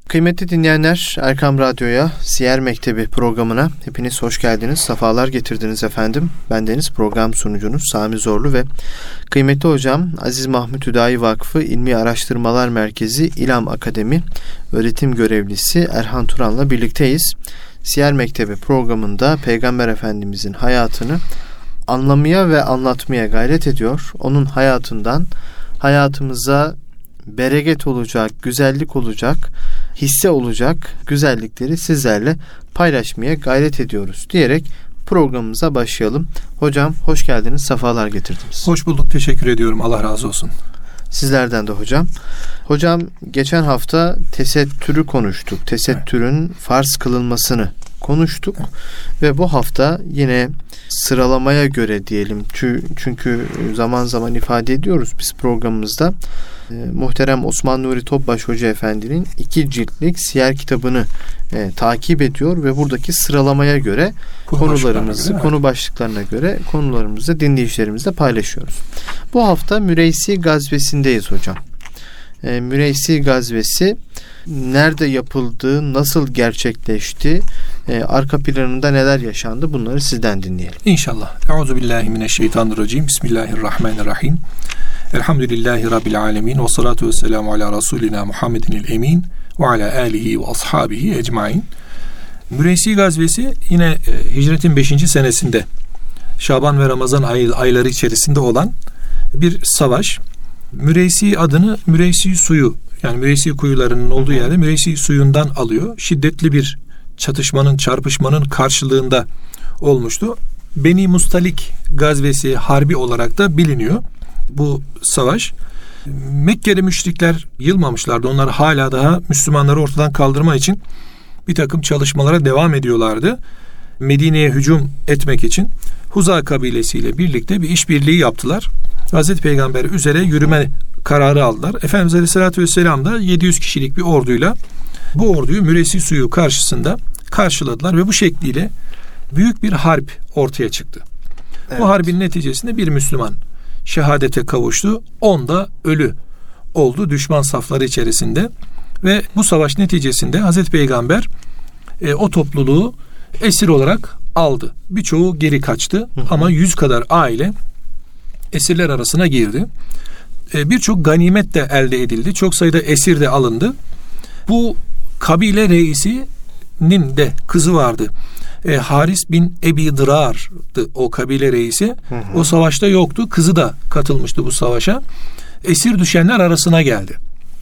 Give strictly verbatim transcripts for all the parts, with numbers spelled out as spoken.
Kıymetli dinleyenler, Erkam Radyo'ya, Siyer Mektebi programına hepiniz hoş geldiniz, sefalar getirdiniz efendim. Bendeniz program sunucunuz Sami Zorlu ve kıymetli hocam Aziz Mahmut Hüdayi Vakfı İlmi Araştırmalar Merkezi İLAM Akademi öğretim görevlisi Erhan Turan'la birlikteyiz. Siyer Mektebi programında Peygamber Efendimizin hayatını anlamaya ve anlatmaya gayret ediyor. Onun hayatından hayatımıza bereket olacak, güzellik olacak, hisse olacak güzellikleri sizlerle paylaşmaya gayret ediyoruz diyerek programımıza başlayalım. Hocam hoş geldiniz, sefalar getirdiniz. Hoş bulduk, teşekkür ediyorum. Allah razı olsun. Sizlerden de hocam. Hocam geçen hafta tesettürü konuştuk. Tesettürün evet. farz kılınmasını konuştuk. Evet. Ve bu hafta yine sıralamaya göre diyelim. Çünkü zaman zaman ifade ediyoruz biz programımızda. Muhterem Osman Nuri Topbaş Hoca Efendi'nin iki ciltlik siyer kitabını e, takip ediyor ve buradaki sıralamaya göre konu konularımızı, göre, konu başlıklarına göre konularımızı dinleyicilerimizle paylaşıyoruz. Bu hafta Müreysi Gazvesi'ndeyiz hocam. E, Müreysi Gazvesi nerede yapıldı, nasıl gerçekleşti, e, arka planında neler yaşandı, bunları sizden dinleyelim. İnşallah. Euzubillahimineşşeytanirracim. Bismillahirrahmanirrahim. Elhamdülillahi Rabbil alemin. Ve salatu ve selamu ala Resulina Muhammedinil emin ve ala alihi ve ashabihi ecmain. Müreysi Gazvesi yine e, hicretin beşinci senesinde Şaban ve Ramazan ay, ayları içerisinde olan bir savaş. Müreysi adını Müreysi suyu, yani Müreysi kuyularının olduğu yerde Müreysi suyundan alıyor. Şiddetli bir çatışmanın, çarpışmanın karşılığında olmuştu. Beni Mustalik Gazvesi harbi olarak da biliniyor bu savaş. Mekke'de müşrikler yılmamışlardı. Onlar hala daha Müslümanları ortadan kaldırma için bir takım çalışmalara devam ediyorlardı. Medine'ye hücum etmek için Huza kabilesiyle birlikte bir işbirliği yaptılar. Hazreti Peygamber üzere yürüme kararı aldılar. Efendimiz Aleyhisselatü Vesselam da yedi yüz kişilik bir orduyla bu orduyu Müreysi suyu karşısında karşıladılar ve bu şekliyle büyük bir harp ortaya çıktı. Evet. Bu harbin neticesinde bir Müslüman şehadete kavuştu. on da ölü oldu düşman safları içerisinde ve bu savaş neticesinde Hazreti Peygamber e, o topluluğu esir olarak aldı. Birçoğu geri kaçtı hı hı. ama yüz kadar aile esirler arasına girdi. E, birçok ganimet de elde edildi. Çok sayıda esir de alındı. Bu kabile reisinin de kızı vardı. E, Haris bin Ebi Dırar'dı o kabile reisi. Hı hı. O savaşta yoktu. Kızı da katılmıştı bu savaşa. Esir düşenler arasına geldi.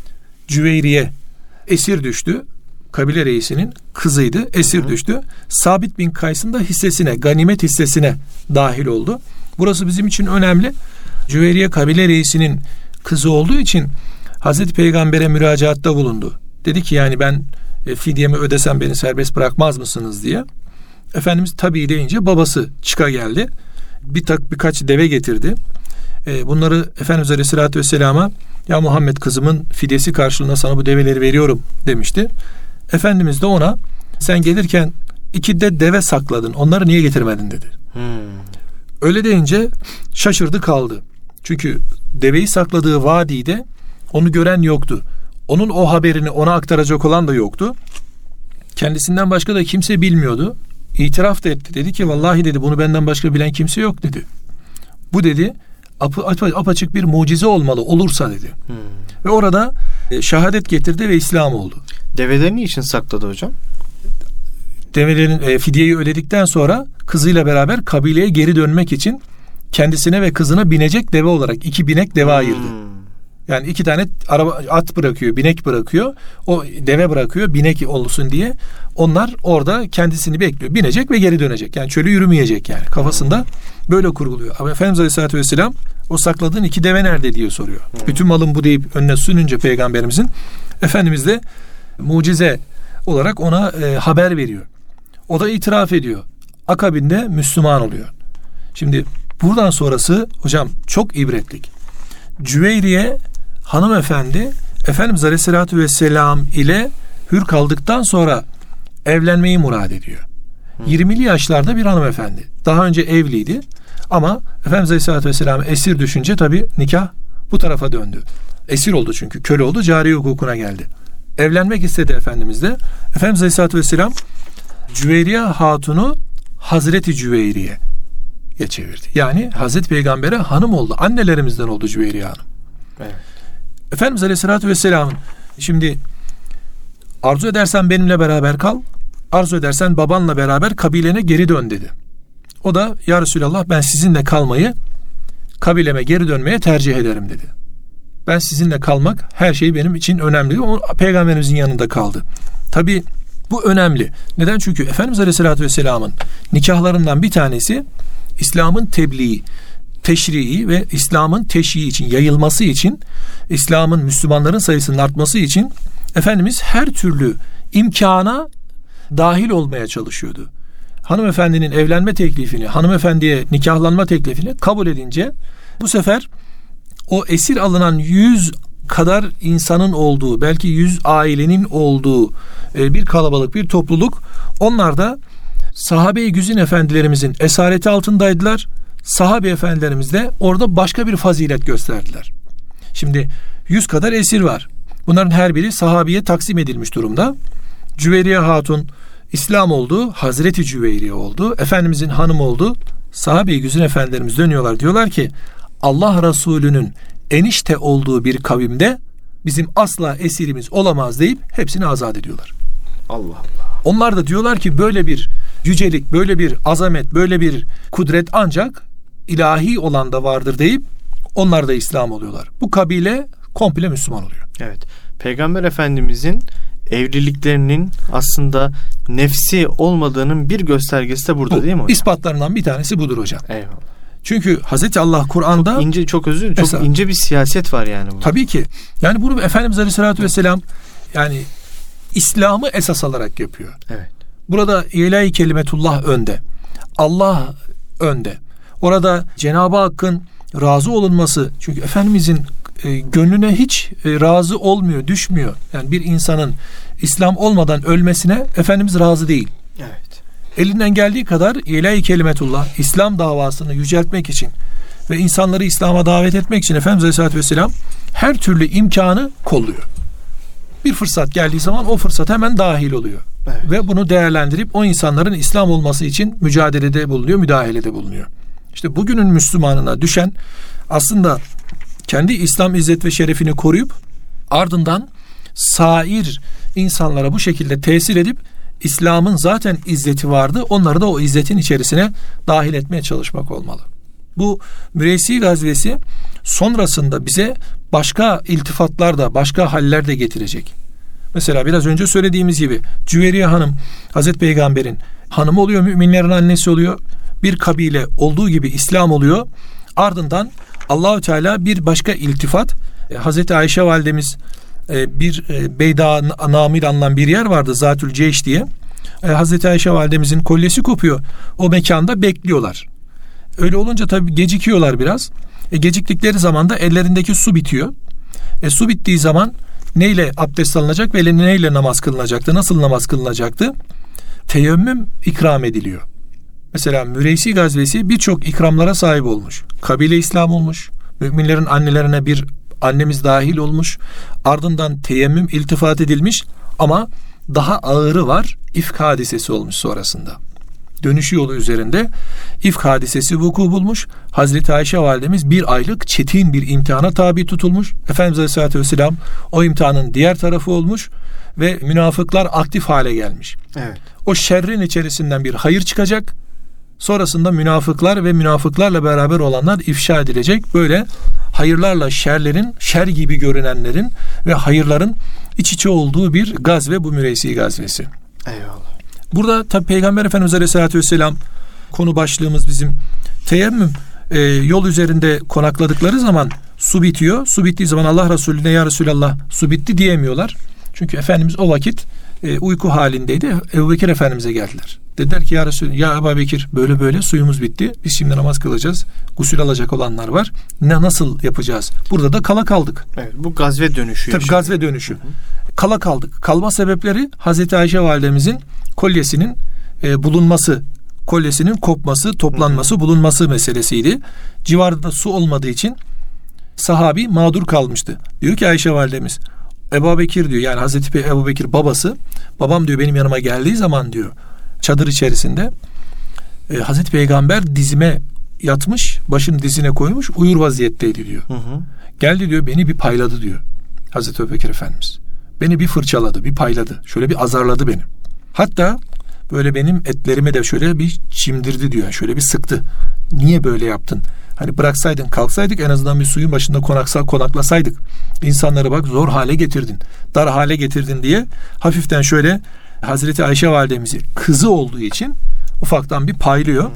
Cüveyriye esir düştü. Kabile reisinin kızıydı. Esir hı hı. düştü. Sabit bin Kays'ın da hissesine, ganimet hissesine dahil oldu. Burası bizim için önemli. Cüveyriye kabile reisinin kızı olduğu için Hazreti Peygamber'e müracaatta bulundu. Dedi ki yani ben e, fidyemi ödesem beni serbest bırakmaz mısınız diye. Efendimiz tabii deyince babası çıka geldi. Bir tak birkaç deve getirdi. E, bunları Efendimiz Aleyhisselatü Vesselam'a ya Muhammed kızımın fidyesi karşılığında sana bu develeri veriyorum demişti. Efendimiz de ona sen gelirken iki de deve sakladın. Onları niye getirmedin dedi. Hmm. Öyle deyince şaşırdı kaldı. Çünkü deveyi sakladığı vadide onu gören yoktu. Onun o haberini ona aktaracak olan da yoktu. Kendisinden başka da kimse bilmiyordu. İtiraf da etti. Dedi ki vallahi dedi bunu benden başka bilen kimse yok dedi. Bu dedi ap- ap- apaçık bir mucize olmalı olursa dedi. Hmm. Ve orada e, şehadet getirdi ve İslam oldu. Develeri niçin sakladı hocam? Develerin e, fidyeyi ödedikten sonra kızıyla beraber kabileye geri dönmek için kendisine ve kızına binecek deve olarak iki binek deve hmm. ayırdı. Yani iki tane araba at bırakıyor, binek bırakıyor. O deve bırakıyor, binek olsun diye. Onlar orada kendisini bekliyor. Binecek ve geri dönecek. Yani çölü yürümeyecek yani. Kafasında böyle kurguluyor. Ama Efendimiz Aleyhisselatü Vesselam o sakladığın iki deve nerede diye soruyor. Hmm. Bütün malım bu deyip önüne sununca Peygamberimizin Efendimiz de mucize olarak ona e, haber veriyor. O da itiraf ediyor. Akabinde Müslüman oluyor. Şimdi buradan sonrası hocam çok ibretlik. Cüveyriye hanımefendi Efendimiz Aleyhisselatü Vesselam ile hür kaldıktan sonra evlenmeyi murad ediyor. Hı. yirmili yaşlarda bir hanımefendi. Daha önce evliydi ama Efendimiz Aleyhisselatü Vesselam esir düşünce tabii nikah bu tarafa döndü. Esir oldu çünkü. Köle oldu. Cariye hukukuna geldi. evlenmek istedi Efendimiz de. Efendimiz Aleyhisselatü Vesselam Cüveyriye Hatun'u Hazreti Cüveyriye'ye çevirdi. Yani Hazreti Peygamber'e hanım oldu. Annelerimizden oldu Cüveyriye Hanım. Evet. Efendimiz Aleyhisselatü Vesselam'ın şimdi arzu edersen benimle beraber kal, arzu edersen babanla beraber kabilene geri dön dedi. O da ya Resulallah ben sizinle kalmayı kabileme geri dönmeye tercih ederim dedi. Ben sizinle kalmak her şey benim için önemli. O Peygamberimizin yanında kaldı. Tabi bu önemli. Neden? Çünkü Efendimiz Aleyhisselatü Vesselam'ın nikahlarından bir tanesi İslam'ın tebliği, teşrii ve İslam'ın teşhii için, yayılması için, İslam'ın Müslümanların sayısının artması için Efendimiz her türlü imkana dahil olmaya çalışıyordu. Hanımefendinin evlenme teklifini, hanımefendiye nikahlanma teklifini kabul edince bu sefer o esir alınan yüz kadar insanın olduğu, belki yüz ailenin olduğu bir kalabalık, bir topluluk, onlar da sahabe-i güzin efendilerimizin esareti altındaydılar. Sahabe efendilerimiz de orada başka bir fazilet gösterdiler. Şimdi yüz kadar esir var. Bunların her biri sahabeye taksim edilmiş durumda. Cüveyriye Hatun İslam oldu, Hazreti Cüveyriye oldu, Efendimizin hanımı oldu. Sahabe-i güzin efendilerimiz dönüyorlar, diyorlar ki Allah Resulü'nün enişte olduğu bir kavimde bizim asla esirimiz olamaz deyip hepsini azat ediyorlar. Allah Allah. Onlar da diyorlar ki böyle bir yücelik, böyle bir azamet, böyle bir kudret ancak ilahi olan da vardır deyip onlar da İslam oluyorlar. Bu kabile komple Müslüman oluyor. Evet. Peygamber Efendimizin evliliklerinin aslında nefsi olmadığının bir göstergesi de burada Bu, değil mi hocam? İspatlarından bir tanesi budur hocam. Eyvallah. Çünkü Hazreti Allah Kur'an'da çok ince, çok özür dilerim, çok mesela, ince bir siyaset var yani bu. Tabii ki. Yani bunu Efendimiz Aleyhisselatü Vesselam yani İslam'ı esas alarak yapıyor. Evet. Burada ilahi kelimetullah önde. Allah önde. Orada Cenab-ı Hakk'ın razı olunması, çünkü Efendimizin e, gönlüne hiç e, razı olmuyor, düşmüyor. Yani bir insanın İslam olmadan ölmesine Efendimiz razı değil. Evet. Elinden geldiği kadar ilahi kelimetullah, İslam davasını yüceltmek için ve insanları İslam'a davet etmek için Efendimiz Aleyhisselatü Vesselam her türlü imkanı kolluyor. Bir fırsat geldiği zaman o fırsat hemen dahil oluyor. Evet. Ve bunu değerlendirip o insanların İslam olması için mücadelede bulunuyor, müdahalede bulunuyor. İşte bugünün Müslümanına düşen aslında kendi İslam izzet ve şerefini koruyup ardından sair insanlara bu şekilde tesir edip İslam'ın zaten izzeti vardı, onları da o izzetin içerisine dahil etmeye çalışmak olmalı. Bu Müreysi gazvesi sonrasında bize başka iltifatlar da, başka haller de getirecek. Mesela biraz önce söylediğimiz gibi Cüveyriye Hanım Hazreti Peygamber'in hanımı oluyor, müminlerin annesi oluyor. Bir kabile olduğu gibi İslam oluyor. Ardından Allahü Teala bir başka iltifat, Hazreti Ayşe validemiz bir Beyda namıyla anılan bir yer vardı, Zatül Ceyş diye. Hazreti Ayşe validemizin kolyesi kopuyor. O mekanda bekliyorlar. Öyle olunca tabii gecikiyorlar biraz. E, geciktikleri zaman da ellerindeki su bitiyor. E, su bittiği zaman neyle abdest alınacak ve neyle namaz kılınacaktı? Nasıl namaz kılınacaktı? Teyemmüm ikram ediliyor. Mesela Müreysi gazvesi birçok ikramlara sahip olmuş. Kabile İslam olmuş. Müminlerin annelerine bir annemiz dahil olmuş. Ardından teyemmüm iltifat edilmiş ama daha ağırı var. İfk hadisesi olmuş sonrasında. Dönüşü yolu üzerinde ifk hadisesi vuku bulmuş. Hazreti Ayşe validemiz bir aylık çetin bir imtihana tabi tutulmuş. Efendimiz Aleyhisselatü Vesselam o imtihanın diğer tarafı olmuş ve münafıklar aktif hale gelmiş. Evet. O şerrin içerisinden bir hayır çıkacak. Sonrasında münafıklar ve münafıklarla beraber olanlar ifşa edilecek. Böyle hayırlarla şerlerin, şer gibi görünenlerin ve hayırların iç içe olduğu bir gazve bu Müreysi gazvesi. Eyvallah. Burada tabi Peygamber Efendimiz Aleyhisselatü Vesselam, konu başlığımız bizim teyemmüm, e, yol üzerinde konakladıkları zaman su bitiyor. Su bittiği zaman Allah Resulüne ya Resulallah su bitti diyemiyorlar. Çünkü Efendimiz o vakit e, uyku halindeydi. Ebu Bekir Efendimiz'e geldiler. Dediler ki ya Resulallah, ya Ebu Bekir böyle böyle suyumuz bitti. Biz şimdi namaz kılacağız. Gusül alacak olanlar var. Ne nasıl yapacağız? Burada da kala kaldık. Evet, bu gazve dönüşü. Tabii gazve dönüşü. Hı hı. Kala kaldık. Kalma sebepleri Hazreti Ayşe validemizin kolyesinin e, bulunması, kolyesinin kopması, toplanması, hı hı. bulunması meselesiydi. Civarında su olmadığı için sahabi mağdur kalmıştı. Diyor ki Ayşe validemiz, Ebubekir diyor, yani Hazreti Ebubekir babası, babam diyor benim yanıma geldiği zaman diyor çadır içerisinde e, Hazreti Peygamber dizime yatmış, başını dizine koymuş, uyur vaziyetteydi diyor. Hı hı. Geldi diyor, beni bir payladı diyor Hazreti Ebubekir Efendimiz. Beni bir fırçaladı, bir payladı. Şöyle bir azarladı beni. Hatta böyle benim etlerime de şöyle bir çimdirdi diyor. Şöyle bir sıktı. Niye böyle yaptın? Hani bıraksaydın, kalksaydık, en azından bir suyun başında konaksa, konaklasaydık. İnsanları bak zor hale getirdin, dar hale getirdin diye hafiften şöyle Hazreti Ayşe validemizi, kızı olduğu için ufaktan bir paylıyor.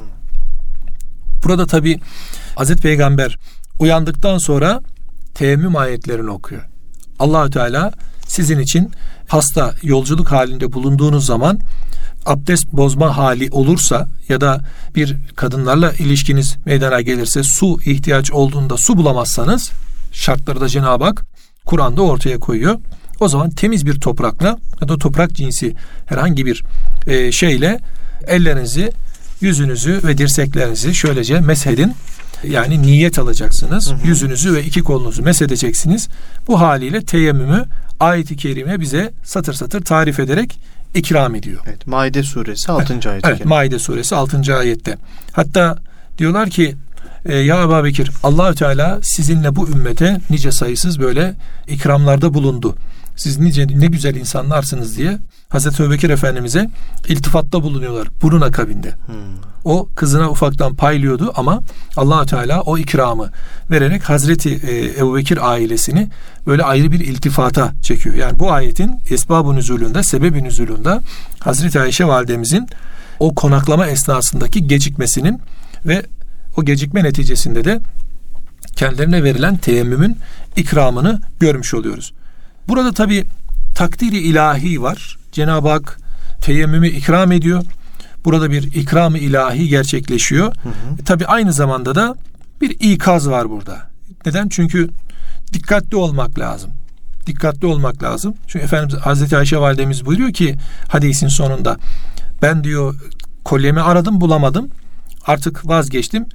Burada tabi Hazreti Peygamber uyandıktan sonra teyemmüm ayetlerini okuyor. Allah-u Teala sizin için hasta, yolculuk halinde bulunduğunuz zaman abdest bozma hali olursa ya da bir kadınlarla ilişkiniz meydana gelirse, su ihtiyaç olduğunda su bulamazsanız, şartları da Cenab-ı Hak Kur'an'da ortaya koyuyor. O zaman temiz bir toprakla ya da toprak cinsi herhangi bir e, şeyle ellerinizi, yüzünüzü ve dirseklerinizi şöylece meshedin. Yani niyet alacaksınız. Hı hı. Yüzünüzü ve iki kolunuzu mesedeceksiniz. Bu haliyle teyemmümü ayet-i kerime bize satır satır tarif ederek ikram ediyor. Evet, Maide suresi altıncı ayet. Evet, Maide suresi altıncı ayette. Hatta diyorlar ki e, ya Ebubekir, Allah-u Teala sizinle bu ümmete nice sayısız böyle ikramlarda bulundu. Siz nice ne güzel insanlarsınız diye Hazreti Ebubekir Efendimiz'e iltifatta bulunuyorlar bunun akabinde. Hmm. O kızına ufaktan paylıyordu ama Allah-u Teala o ikramı vererek Hazreti e, Ebubekir ailesini böyle ayrı bir iltifata çekiyor. Yani bu ayetin esbab-ı nüzulünde, sebebi nüzulünde Hazreti Ayşe validemizin o konaklama esnasındaki gecikmesinin ve o gecikme neticesinde de kendilerine verilen teyemmümün ikramını görmüş oluyoruz. Burada tabi takdiri ilahi var. Cenab-ı Hak teyemmümü ikram ediyor. Burada bir ikram-ı ilahi gerçekleşiyor. Hı hı. E, tabi aynı zamanda da bir ikaz var burada. Neden? Çünkü dikkatli olmak lazım. Dikkatli olmak lazım. Çünkü Efendimiz Hazreti Ayşe validemiz buyuruyor ki hadisin sonunda, ben diyor kolyemi aradım bulamadım. Artık vazgeçtim.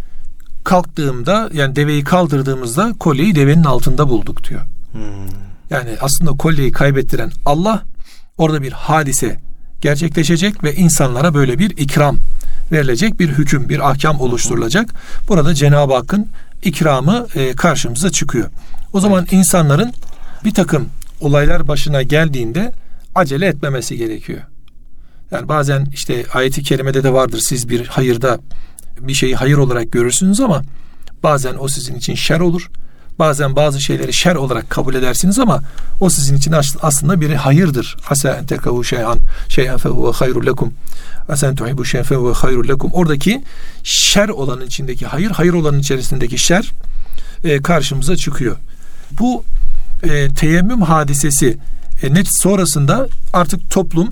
Kalktığımda, yani deveyi kaldırdığımızda kolyeyi devenin altında bulduk diyor. Hmm. Yani aslında kolyeyi kaybettiren Allah, orada bir hadise gerçekleşecek ve insanlara böyle bir ikram verilecek, bir hüküm, bir ahkam oluşturulacak. Burada Cenab-ı Hakk'ın ikramı e, karşımıza çıkıyor. O zaman evet, insanların bir takım olaylar başına geldiğinde acele etmemesi gerekiyor. Yani bazen işte ayet-i kerimede de vardır, siz bir hayırda bir şeyi hayır olarak görürsünüz ama bazen o sizin için şer olur. Bazen bazı şeyleri şer olarak kabul edersiniz ama o sizin için aslında bir hayırdır. Asa en tekavu şey'an şey'en fehuve hayrul lekum. Asa en tuhibbu şey'en fehuve hayrul lekum. Oradaki şer olanın içindeki hayır, hayır olanın içerisindeki şer e, karşımıza çıkıyor. Bu e, teyemmüm hadisesi e, net sonrasında artık toplum,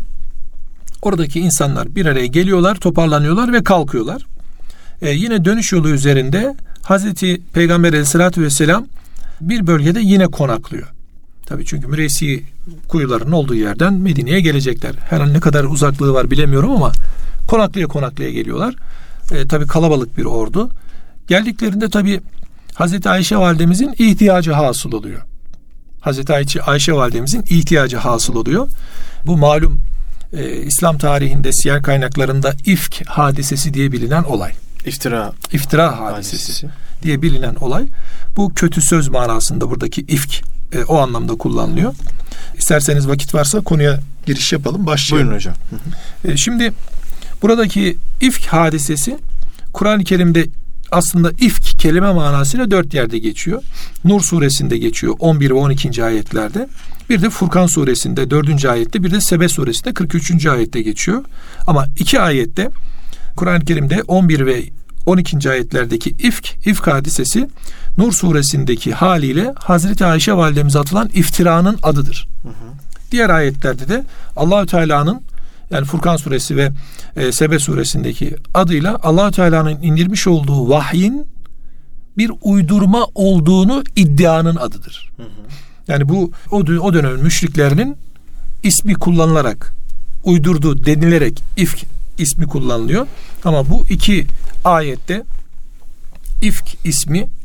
oradaki insanlar bir araya geliyorlar, toparlanıyorlar ve kalkıyorlar. E, yine dönüş yolu üzerinde Hazreti Peygamber Aleyhisselatü Vesselam bir bölgede yine konaklıyor. Tabii çünkü Müreysi kuyularının olduğu yerden Medine'ye gelecekler. Her an ne kadar uzaklığı var bilemiyorum ama konaklaya konaklaya geliyorlar. E, tabii kalabalık bir ordu. Geldiklerinde tabii Hazreti Ayşe validemizin ihtiyacı hasıl oluyor. Hazreti Ayşe, Ayşe validemizin ihtiyacı hasıl oluyor. Bu malum e, İslam tarihinde, siyer kaynaklarında ifk hadisesi diye bilinen olay. İftira, İftira hadisesi, hadisesi diye bilinen olay. Bu kötü söz manasında buradaki ifk e, o anlamda kullanılıyor. İsterseniz vakit varsa konuya giriş yapalım, başlayalım. Buyurun hocam. E, şimdi buradaki ifk hadisesi Kur'an-ı Kerim'de aslında ifk kelime manasıyla dört yerde geçiyor. Nur suresinde geçiyor on bir ve on ikinci ayetlerde. Bir de Furkan suresinde dördüncü ayette, bir de Sebe suresinde kırk üçüncü ayette geçiyor. Ama iki ayette Kur'an-ı Kerim'de on bir ve on ikinci ayetlerdeki ifk, ifk hadisesi Nur suresindeki haliyle Hazreti Ayşe validemize atılan iftiranın adıdır. Hı hı. Diğer ayetlerde de Allah-u Teala'nın, yani Furkan suresi ve e, Sebe suresindeki adıyla Allah-u Teala'nın indirmiş olduğu vahyin bir uydurma olduğunu iddianın adıdır. Hı hı. Yani bu o, o dönemin müşriklerinin ismi kullanılarak, uydurduğu denilerek ifk ismi kullanılıyor. Ama bu iki ayette ifk ismi,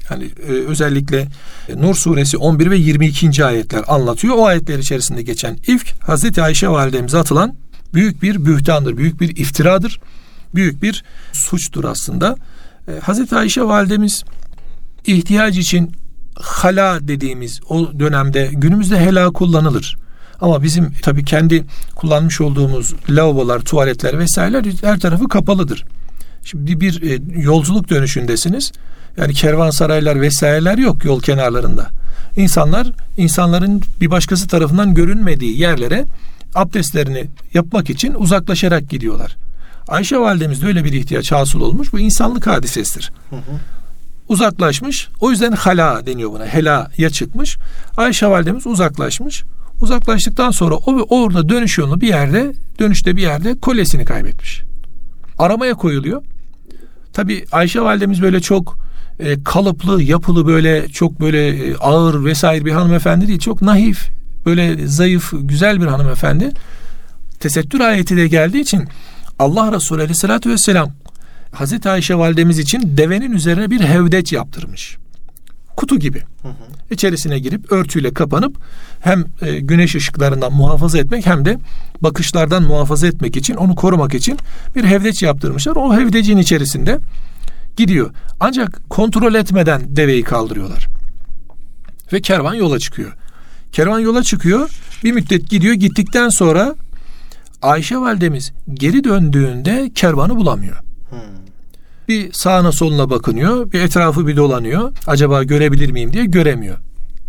Yani e, özellikle Nur suresi on bir ve yirmi ikinci ayetler anlatıyor. O ayetler içerisinde geçen ifk Hazreti Ayşe validemize atılan büyük bir bühtandır, büyük bir iftiradır, büyük bir suçtur aslında. E, Hazreti Ayşe validemiz ihtiyaç için hala dediğimiz o dönemde, günümüzde hela kullanılır. Ama bizim tabii kendi kullanmış olduğumuz lavabolar, tuvaletler vesaireler her tarafı kapalıdır. Şimdi bir e, yolculuk dönüşündesiniz. Yani kervansaraylar vesaireler yok yol kenarlarında. İnsanlar, insanların bir başkası tarafından görünmediği yerlere abdestlerini yapmak için uzaklaşarak gidiyorlar. Ayşe validemizde öyle bir ihtiyaç hasıl olmuş. Bu insanlık hadisesidir. Hı hı. Uzaklaşmış. O yüzden hala deniyor buna. Helaya çıkmış. Ayşe validemiz uzaklaşmış. Uzaklaştıktan sonra o orada dönüş yolunu bir yerde, dönüşte bir yerde kolyesini kaybetmiş. Aramaya koyuluyor. Tabii Ayşe validemiz böyle çok e, kalıplı, yapılı, böyle çok böyle e, ağır vesaire bir hanımefendi değil. Çok naif, böyle zayıf, güzel bir hanımefendi. Tesettür ayeti de geldiği için Allah Resulü Aleyhisselatü Vesselam Hazreti Ayşe validemiz için devenin üzerine bir hevdeç yaptırmış. Kutu gibi. Hı hı. İçerisine girip örtüyle kapanıp hem e, güneş ışıklarından muhafaza etmek hem de bakışlardan muhafaza etmek için, onu korumak için bir hevdeç yaptırmışlar. O hevdecin içerisinde gidiyor. Ancak kontrol etmeden deveyi kaldırıyorlar. Ve kervan yola çıkıyor. Kervan yola çıkıyor. Bir müddet gidiyor. Gittikten sonra Ayşe validemiz geri döndüğünde kervanı bulamıyor. Hmm. Bir sağına soluna bakınıyor. Bir etrafı bir dolanıyor. Acaba görebilir miyim diye göremiyor.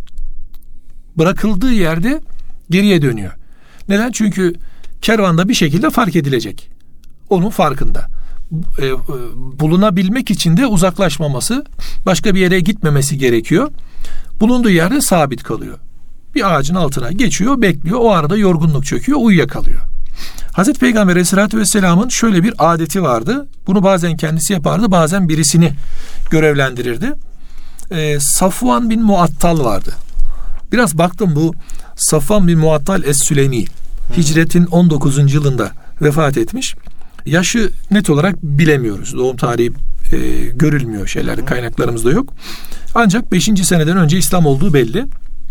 Bırakıldığı yerde geriye dönüyor. Neden? Çünkü kervanda bir şekilde fark edilecek. Onun farkında. E, e, bulunabilmek için de uzaklaşmaması, başka bir yere gitmemesi gerekiyor. Bulunduğu yerde sabit kalıyor. Bir ağacın altına geçiyor, bekliyor. O arada yorgunluk çöküyor, uyuyakalıyor. Hazreti Peygamber Aleyhisselatü Vesselam'ın şöyle bir adeti vardı. Bunu bazen kendisi yapardı, bazen birisini görevlendirirdi. Ee, Safvan bin Muattal vardı. Biraz baktım, bu Safvan bin Muattal Es-Süleymi hicretin on dokuzuncu yılında vefat etmiş. Yaşı net olarak bilemiyoruz. Doğum tarihi e, görülmüyor şeyler, kaynaklarımızda yok. Ancak beşinci seneden önce İslam olduğu belli.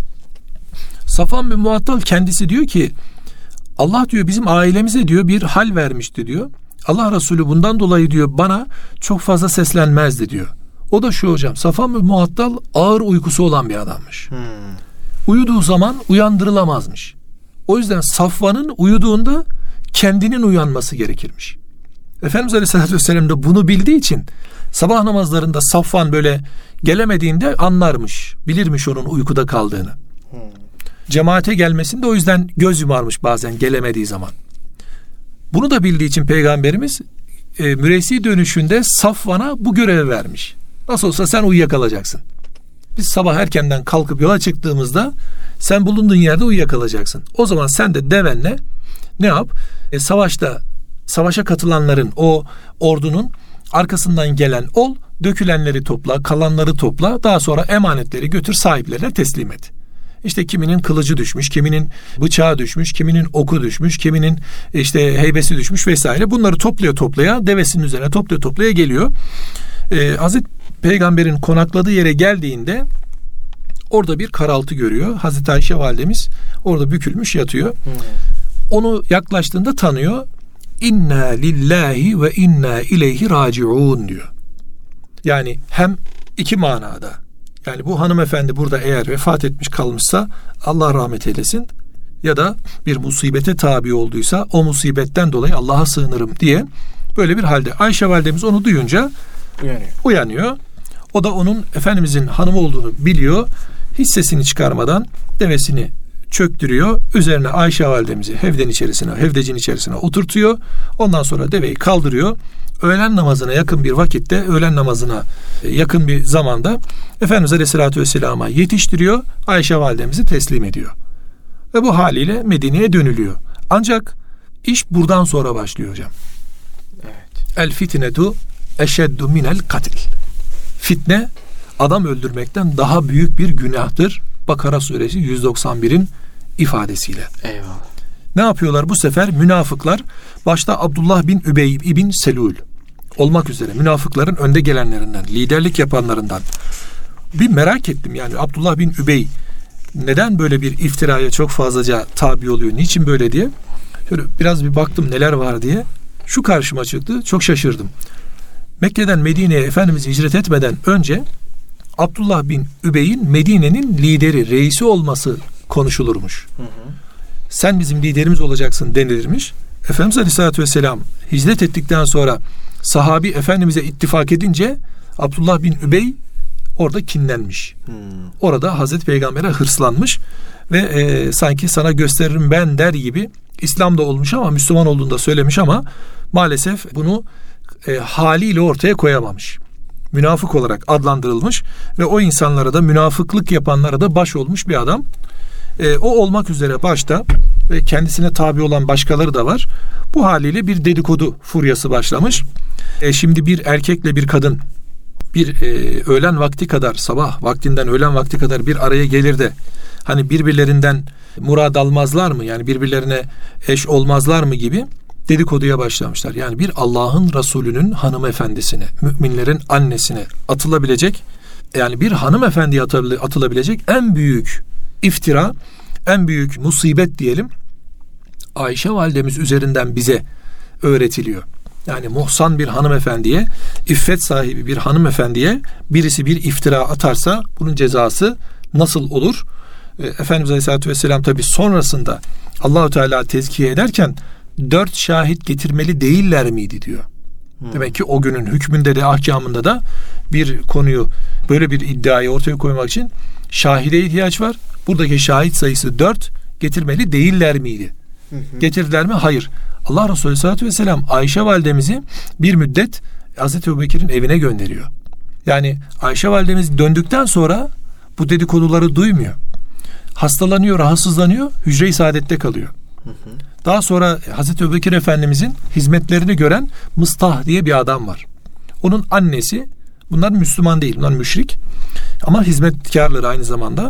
Safvan bin Muattal kendisi diyor ki, Allah diyor bizim ailemize diyor bir hal vermişti diyor. Allah Resulü bundan dolayı diyor bana çok fazla seslenmezdi diyor. O da şu hocam, Safvan bin Muattal ağır uykusu olan bir adammış. Hmm. Uyuduğu zaman uyandırılamazmış. O yüzden Safvan'ın uyuduğunda kendinin uyanması gerekirmiş. Efendimiz Aleyhisselatü Vesselam da bunu bildiği için sabah namazlarında Safvan böyle gelemediğinde anlarmış, bilirmiş onun uykuda kaldığını. Hmm. Cemaate gelmesinde o yüzden göz yumarmış bazen gelemediği zaman. Bunu da bildiği için Peygamberimiz e, müresi dönüşünde Safvan'a bu görevi vermiş. Nasıl olsa sen uyuyakalacaksın. Biz sabah erkenden kalkıp yola çıktığımızda sen bulunduğun yerde uyuyakalacaksın. O zaman sen de devenle ne yap? E, savaşta savaşa katılanların, o ordunun arkasından gelen ol, dökülenleri topla, kalanları topla, daha sonra emanetleri götür sahiplerine teslim et. İşte kiminin kılıcı düşmüş, kiminin bıçağı düşmüş, kiminin oku düşmüş, kiminin işte heybesi düşmüş vesaire. Bunları toplaya toplaya, devesinin üzerine toplaya toplaya geliyor. Ee, Hazreti Peygamber'in konakladığı yere geldiğinde orada bir karaltı görüyor. Hazreti Ayşe validemiz orada bükülmüş yatıyor. Hmm. Onu yaklaştığında tanıyor. İnna lillahi ve inna ileyhi raciun diyor. Yani hem iki manada. Yani bu hanımefendi burada eğer vefat etmiş kalmışsa Allah rahmet eylesin, ya da bir musibete tabi olduysa o musibetten dolayı Allah'a sığınırım diye böyle bir halde. Ayşe validemiz onu duyunca uyanıyor. uyanıyor. O da onun Efendimizin hanımı olduğunu biliyor. Hiç sesini çıkarmadan devesini çöktürüyor. Üzerine Ayşe validemizi hevden içerisine, hevdecin içerisine oturtuyor. Ondan sonra deveyi kaldırıyor. Öğlen namazına yakın bir vakitte, öğlen namazına yakın bir zamanda Efendimiz Aleyhisselatü Vesselam'a yetiştiriyor. Ayşe validemizi teslim ediyor. Ve bu haliyle Medine'ye dönülüyor. Ancak iş buradan sonra başlıyor hocam. Evet. El fitnetu eşeddu minel katil. Fitne adam öldürmekten daha büyük bir günahtır. Bakara suresi yüz doksan birin ifadesiyle. Eyvallah. Ne yapıyorlar bu sefer? Münafıklar, başta Abdullah bin Übey ibn Selul olmak üzere münafıkların önde gelenlerinden, liderlik yapanlarından, bir merak ettim yani Abdullah bin Übey neden böyle bir iftiraya çok fazlaca tabi oluyor? Niçin böyle diye. Şöyle biraz bir baktım neler var diye. Şu karşıma çıktı. Çok şaşırdım. Mekke'den Medine'ye Efendimiz hicret etmeden önce Abdullah bin Übey'in Medine'nin lideri, reisi olması konuşulurmuş. Hı hı. Sen bizim liderimiz olacaksın denilirmiş. Efendimiz Aleyhisselatü Vesselam hicret ettikten sonra sahabi Efendimiz'e ittifak edince Abdullah bin Übey orada kinlenmiş. Hmm. Orada Hazreti Peygamber'e hırslanmış ve e, sanki sana gösteririm ben der gibi İslam'da olmuş ama Müslüman olduğunu da söylemiş ama maalesef bunu e, haliyle ortaya koyamamış. Münafık olarak adlandırılmış ve o insanlara da münafıklık yapanlara da baş olmuş bir adam. E, o olmak üzere başta ve kendisine tabi olan başkaları da var. Bu haliyle bir dedikodu furyası başlamış. E, şimdi bir erkekle bir kadın bir e, öğlen vakti kadar, sabah vaktinden öğlen vakti kadar bir araya gelir de hani birbirlerinden murad almazlar mı? Yani birbirlerine eş olmazlar mı gibi dedikoduya başlamışlar. Yani bir Allah'ın Resulü'nün hanımefendisine, müminlerin annesine atılabilecek, yani bir hanımefendiye atılabilecek en büyük iftira, en büyük musibet diyelim, Ayşe validemiz üzerinden bize öğretiliyor. Yani muhsan bir hanımefendiye, iffet sahibi bir hanımefendiye birisi bir iftira atarsa bunun cezası nasıl olur? Efendimiz Aleyhisselatü Vesselam tabi sonrasında Allahu Teala tezkiye ederken dört şahit getirmeli değiller miydi diyor. Hmm. Demek ki o günün hükmünde de ahkamında da bir konuyu, böyle bir iddiayı ortaya koymak için şahide ihtiyaç var. Buradaki şahit sayısı dört, getirmeli değiller miydi? Hı hı. Getirdiler mi? Hayır. Allah Resulü Aleyhisselatü Vesselam Ayşe validemizi bir müddet Hazreti Ebubekir'in evine gönderiyor. Yani Ayşe validemiz döndükten sonra bu dedikoduları duymuyor. Hastalanıyor, rahatsızlanıyor, hücre-i saadette kalıyor. Hı hı. Daha sonra Hazreti Ebubekir Efendimizin hizmetlerini gören Mıstah diye bir adam var. Onun annesi, bunlar Müslüman değil, bunlar müşrik ama hizmetkarları aynı zamanda.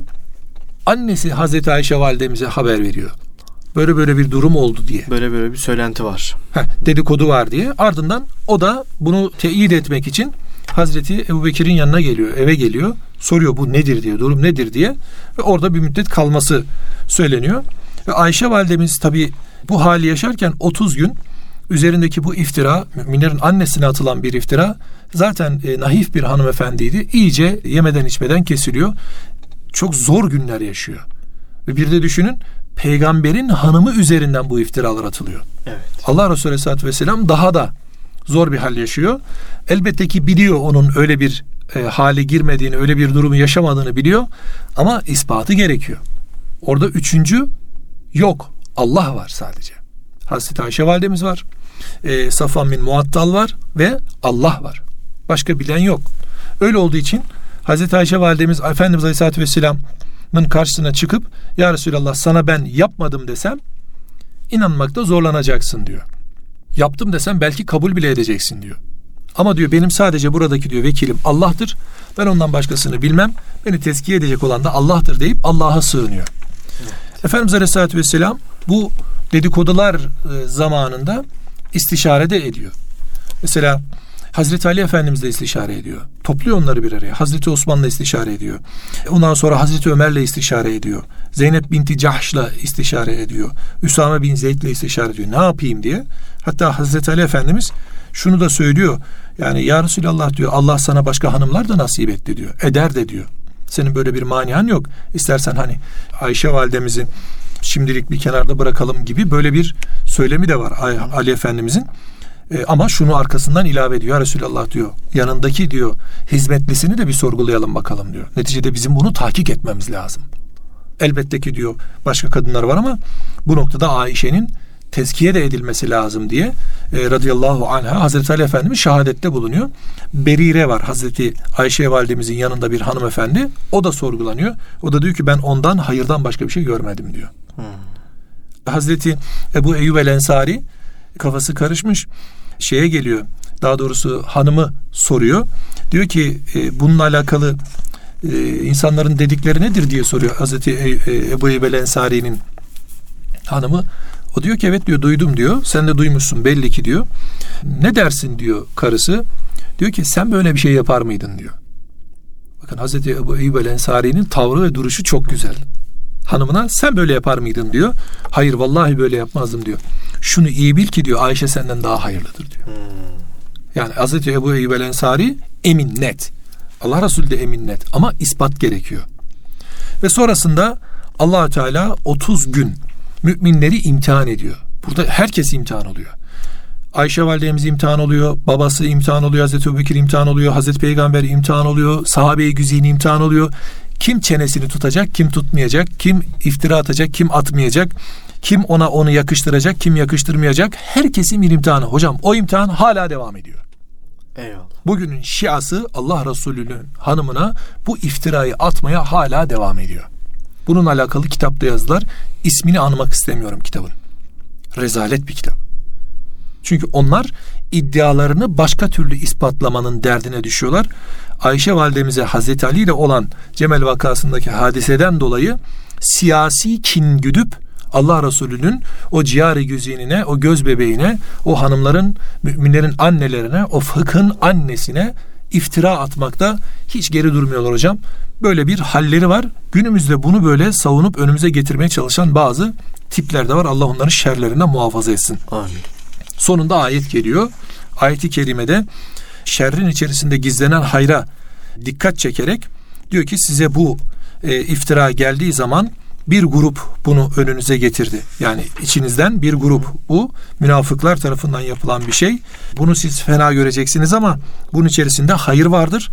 Annesi Hazreti Ayşe validemize haber veriyor. Böyle böyle bir durum oldu diye. Böyle böyle bir söylenti var. Heh, dedikodu var diye. Ardından o da bunu teyit etmek için Hazreti Ebubekir'in yanına geliyor, eve geliyor. Soruyor bu nedir diye, durum nedir diye. Ve orada bir müddet kalması söyleniyor. Ve Ayşe validemiz tabii bu hali yaşarken otuz gün üzerindeki bu iftira, müminlerin annesine atılan bir iftira, zaten e, naif bir hanımefendiydi. İyice yemeden içmeden kesiliyor. Çok zor günler yaşıyor. Ve bir de düşünün, peygamberin hanımı üzerinden bu iftiralar atılıyor. Evet. Allah Resulü Aleyhisselatü Vesselam daha da zor bir hal yaşıyor. Elbette ki biliyor onun öyle bir e, hale girmediğini, öyle bir durumu yaşamadığını biliyor. Ama ispatı gerekiyor. Orada üçüncü yok. Allah var sadece. Hazreti Ayşe validemiz var. E, Safvan bin Muattal var ve Allah var. Başka bilen yok. Öyle olduğu için Hazreti Ayşe validemiz Efendimiz Aleyhisselatü Vesselam'ın karşısına çıkıp ya Resulallah sana ben yapmadım desem inanmakta zorlanacaksın diyor. Yaptım desem belki kabul bile edeceksin diyor. Ama diyor benim sadece buradaki diyor vekilim Allah'tır. Ben ondan başkasını bilmem. Beni tezkiye edecek olan da Allah'tır deyip Allah'a sığınıyor. Evet. Efendimiz Aleyhisselatü Vesselam bu dedikodular zamanında istişare de ediyor. Mesela Hazreti Ali Efendimiz de istişare ediyor. Topluyor onları bir araya. Hazreti Osman'la istişare ediyor. Ondan sonra Hazreti Ömer'le istişare ediyor. Zeynep binti Cahş'la istişare ediyor. Üsame bin Zeyd'le istişare ediyor. Ne yapayım diye. Hatta Hazreti Ali Efendimiz şunu da söylüyor. Yani ya Resulallah diyor, Allah sana başka hanımlar da nasip etti diyor. Eder de diyor. Senin böyle bir manihan yok. İstersen hani Ayşe validemizi şimdilik bir kenarda bırakalım gibi böyle bir söylemi de var Ali Efendimizin. E, ama şunu arkasından ilave ediyor. Ya Resulallah diyor, yanındaki diyor hizmetlisini de bir sorgulayalım bakalım diyor. Neticede bizim bunu tahkik etmemiz lazım. Elbette ki diyor başka kadınlar var ama bu noktada Ayşe'nin tezkiye de edilmesi lazım diye e, radıyallahu anha Hazreti Ali Efendimiz şehadette bulunuyor. Berire var, Hazreti Ayşe validemizin yanında bir hanımefendi. O da sorgulanıyor. O da diyor ki ben ondan hayırdan başka bir şey görmedim diyor. Hmm. Hazreti Ebu Eyyub el Ensari kafası karışmış. Şeye geliyor. Daha doğrusu hanımı soruyor. Diyor ki e, bununla alakalı e, insanların dedikleri nedir diye soruyor Hazreti e, e, Ebu Eyyub el Ensari'nin hanımı. O diyor ki evet diyor, duydum diyor. Sen de duymuşsun belli ki diyor. Ne dersin diyor karısı. Diyor ki sen böyle bir şey yapar mıydın diyor. Bakın Hazreti Ebu Eyyub el-Ensari'nin tavrı ve duruşu çok güzel. Hanımına sen böyle yapar mıydın diyor. Hayır vallahi böyle yapmazdım diyor. Şunu iyi bil ki diyor Ayşe senden daha hayırlıdır diyor. Hmm. Yani Hazreti Ebu Eyyub el-Ensari emin net. Allah Resulü de emin net ama ispat gerekiyor. Ve sonrasında Allah Teala otuz gün müminleri imtihan ediyor. Burada herkes imtihan oluyor. Ayşe validemiz imtihan oluyor, babası imtihan oluyor, Hazreti Ebubekir imtihan oluyor, Hazreti Peygamber imtihan oluyor, sahabe-i güzin imtihan oluyor. Kim çenesini tutacak, kim tutmayacak, kim iftira atacak, kim atmayacak, kim ona onu yakıştıracak, kim yakıştırmayacak. Herkesin bir imtihanı. Hocam o imtihan hala devam ediyor. Eyvallah. Bugünün Şiası Allah Resulü'nün hanımına bu iftirayı atmaya hala devam ediyor. Bununla alakalı kitapta yazdılar. İsmini anmak istemiyorum kitabın. Rezalet bir kitap. Çünkü onlar iddialarını başka türlü ispatlamanın derdine düşüyorlar. Ayşe validemize Hazreti Ali ile olan Cemel vakasındaki hadiseden dolayı siyasi kin güdüp Allah Resulü'nün o ciyari güzinine, o göz bebeğine, o hanımların, müminlerin annelerine, o fıkhın annesine iftira atmakta hiç geri durmuyorlar hocam. Böyle bir halleri var. Günümüzde bunu böyle savunup önümüze getirmeye çalışan bazı tipler de var. Allah onların şerlerinden muhafaza etsin. Amin. Sonunda ayet geliyor. Ayet-i kerimede şerrin içerisinde gizlenen hayra dikkat çekerek diyor ki size bu e, iftira geldiği zaman bir grup bunu önünüze getirdi. Yani içinizden bir grup, bu münafıklar tarafından yapılan bir şey. Bunu siz fena göreceksiniz ama bunun içerisinde hayır vardır.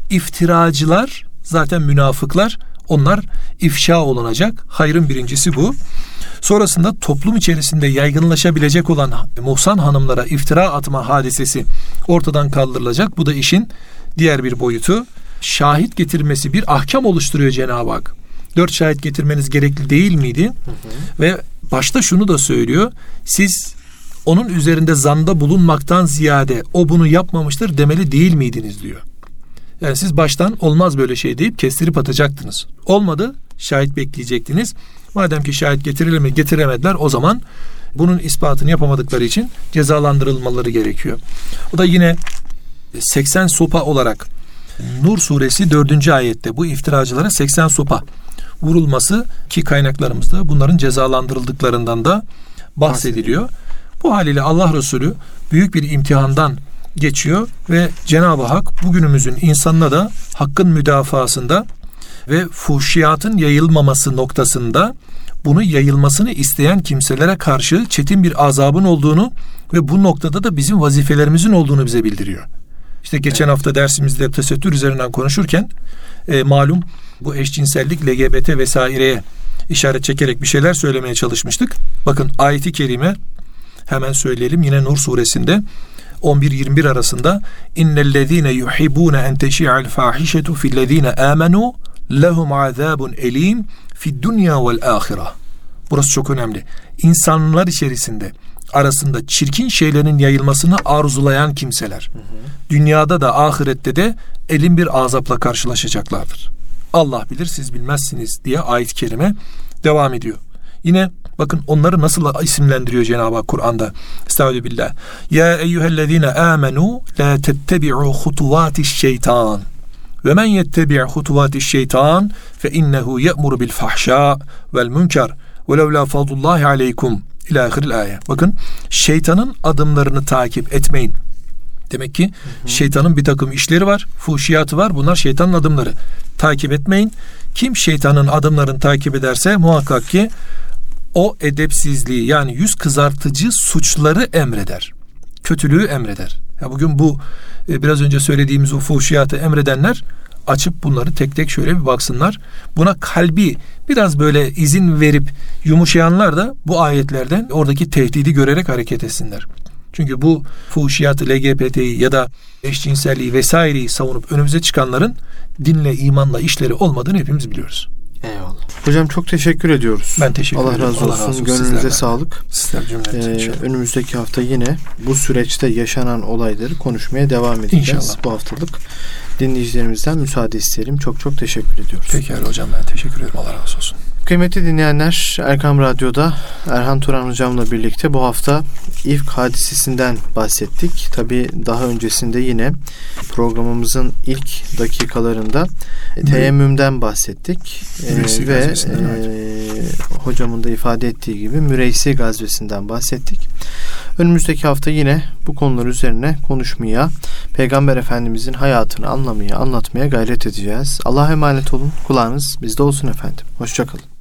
İftiracılar zaten münafıklar, onlar ifşa olunacak. Hayrın birincisi bu. Sonrasında toplum içerisinde yaygınlaşabilecek olan muhsan hanımlara iftira atma hadisesi ortadan kaldırılacak. Bu da işin diğer bir boyutu. Şahit getirmesi bir ahkam oluşturuyor Cenab-ı Hak. Dört şahit getirmeniz gerekli değil miydi? Hı hı. Ve başta şunu da söylüyor. Siz onun üzerinde zanda bulunmaktan ziyade o bunu yapmamıştır demeli değil miydiniz diyor. Yani siz baştan olmaz böyle şey deyip kestirip atacaktınız. Olmadı, şahit bekleyecektiniz. Madem ki şahit getirilme, getiremediler, o zaman bunun ispatını yapamadıkları için cezalandırılmaları gerekiyor. O da yine seksen sopa olarak Nur suresi dördüncü ayette bu iftiracılara seksen sopa vurulması, ki kaynaklarımızda bunların cezalandırıldıklarından da bahsediliyor. Bu haliyle Allah Resulü büyük bir imtihandan geçiyor ve Cenab-ı Hak bugünümüzün insanına da hakkın müdafasında ve fuhşiyatın yayılmaması noktasında bunu yayılmasını isteyen kimselere karşı çetin bir azabın olduğunu ve bu noktada da bizim vazifelerimizin olduğunu bize bildiriyor. İşte geçen evet. hafta dersimizde tesettür üzerinden konuşurken e, malum bu eşcinsellik, L G B T vesaireye işaret çekerek bir şeyler söylemeye çalışmıştık. Bakın ayeti kerime hemen söyleyelim, yine Nur suresinde on bir yirmi bir arasında innellezine yuhibbune en teşi'al fahişetu fillezine amenu lehum azabun elim fid dunya vel ahireh. Burası çok önemli. İnsanlar içerisinde arasında çirkin şeylerin yayılmasını arzulayan kimseler hı hı. dünyada da ahirette de elin bir azapla karşılaşacaklardır. Allah bilir, siz bilmezsiniz diye ayet-i kerime devam ediyor. Yine bakın onları nasıl isimlendiriyor Cenab-ı Hak Kur'an'da. Estağfirullah. Ya eyyühellezine amenu la tettebi'u hutuvatiş şeytan. Ve men yettebi' hutuvatiş şeytan fe innehu ye'muru bil fahşa vel münker ve levla fadlullahi aleykum ila ahiril ayet. Bakın, şeytanın adımlarını takip etmeyin. Demek ki hı hı. şeytanın bir takım işleri var, fuhşiyatı var. Bunlar şeytanın adımları. Takip etmeyin. Kim şeytanın adımlarını takip ederse muhakkak ki o edepsizliği, yani yüz kızartıcı suçları emreder. Kötülüğü emreder. Ya bugün bu e, biraz önce söylediğimiz o fuhşiyatı emredenler açıp bunları tek tek şöyle bir baksınlar. Buna kalbi biraz böyle izin verip yumuşayanlar da bu ayetlerden oradaki tehdidi görerek hareket etsinler. Çünkü bu fuhşiyatı, L G B T'yi ya da eşcinselliği vesaireyi savunup önümüze çıkanların dinle, imanla işleri olmadığını hepimiz biliyoruz. Eyvallah. Hocam çok teşekkür ediyoruz. Ben teşekkür Allah ederim. Razı olsun. Allah razı olsun. Gönlünüze sizlerle sağlık. Sizler cümleten ee, önümüzdeki hafta yine bu süreçte yaşanan olayları konuşmaya devam edeceğiz. İnşallah. Bu haftalık dinleyicilerimizden müsaade isteyelim. Çok çok teşekkür ediyoruz. Pekala hocam, ben teşekkür ederim. Allah razı olsun. Kıymetli dinleyenler, Erkam Radyo'da Erhan Turan Hocam'la birlikte bu hafta İfk hadisesinden bahsettik. Tabii daha öncesinde yine programımızın ilk dakikalarında teyemmümden bahsettik. Ee, ve e, hocamın da ifade ettiği gibi Müreysi gazvesinden bahsettik. Önümüzdeki hafta yine bu konular üzerine konuşmaya, Peygamber Efendimizin hayatını anlamaya, anlatmaya gayret edeceğiz. Allah'a emanet olun. Kulağınız bizde olsun efendim. Hoşça kalın.